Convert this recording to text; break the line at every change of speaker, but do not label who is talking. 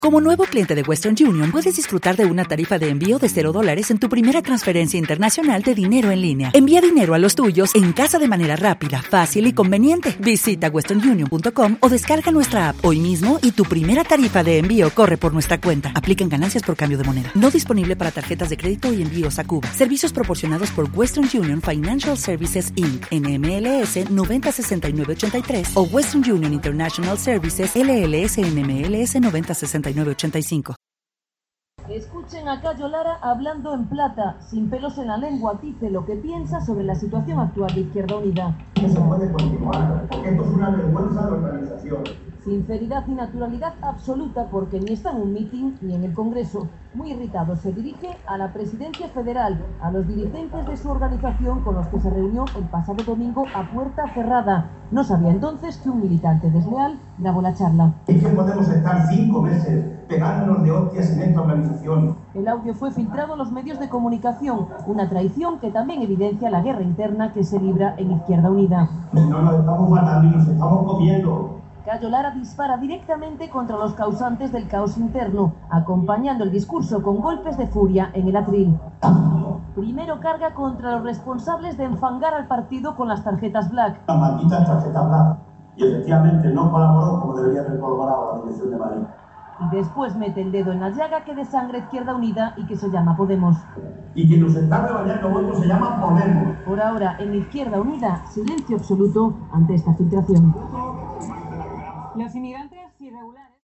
Como nuevo cliente de Western Union, puedes disfrutar de una tarifa de envío de $0 en tu primera transferencia internacional de dinero en línea. Envía dinero a los tuyos en casa de manera rápida, fácil y conveniente. Visita westernunion.com o descarga nuestra app hoy mismo y tu primera tarifa de envío corre por nuestra cuenta. Aplican ganancias por cambio de moneda. No disponible para tarjetas de crédito y envíos a Cuba. Servicios proporcionados por Western Union Financial Services Inc. NMLS 906983 o Western Union International Services LLS NMLS 906985.
Escuchen a Cayo Lara hablando en plata, sin pelos en la lengua, dice lo que piensa sobre la situación actual de Izquierda Unida.
No se puede continuar, porque esto es una vergüenza de organización.
Sinceridad y naturalidad absoluta, porque ni está en un mitin ni en el Congreso. Muy irritado se dirige a la Presidencia Federal, a los dirigentes de su organización con los que se reunió el pasado domingo a puerta cerrada. No sabía entonces que un militante desleal grabó la charla.
¿Es que podemos estar 5 meses pegándonos de hostias en esta organización?
El audio fue filtrado a los medios de comunicación, una traición que también evidencia la guerra interna que se libra en Izquierda Unida.
No nos estamos matando y nos estamos comiendo.
Cayo Lara dispara directamente contra los causantes del caos interno, acompañando el discurso con golpes de furia en el atril. Primero carga contra los responsables de enfangar al partido con las tarjetas Black.
Las malditas tarjetas Black. Y efectivamente no colaboró como debería haber colaborado la Dirección de Madrid.
Y después mete el dedo en la llaga que desangra Izquierda Unida y que se llama Podemos.
Y quien nos está rebañando votos se llama Podemos.
Por ahora, en Izquierda Unida, silencio absoluto ante esta filtración. Los inmigrantes irregulares.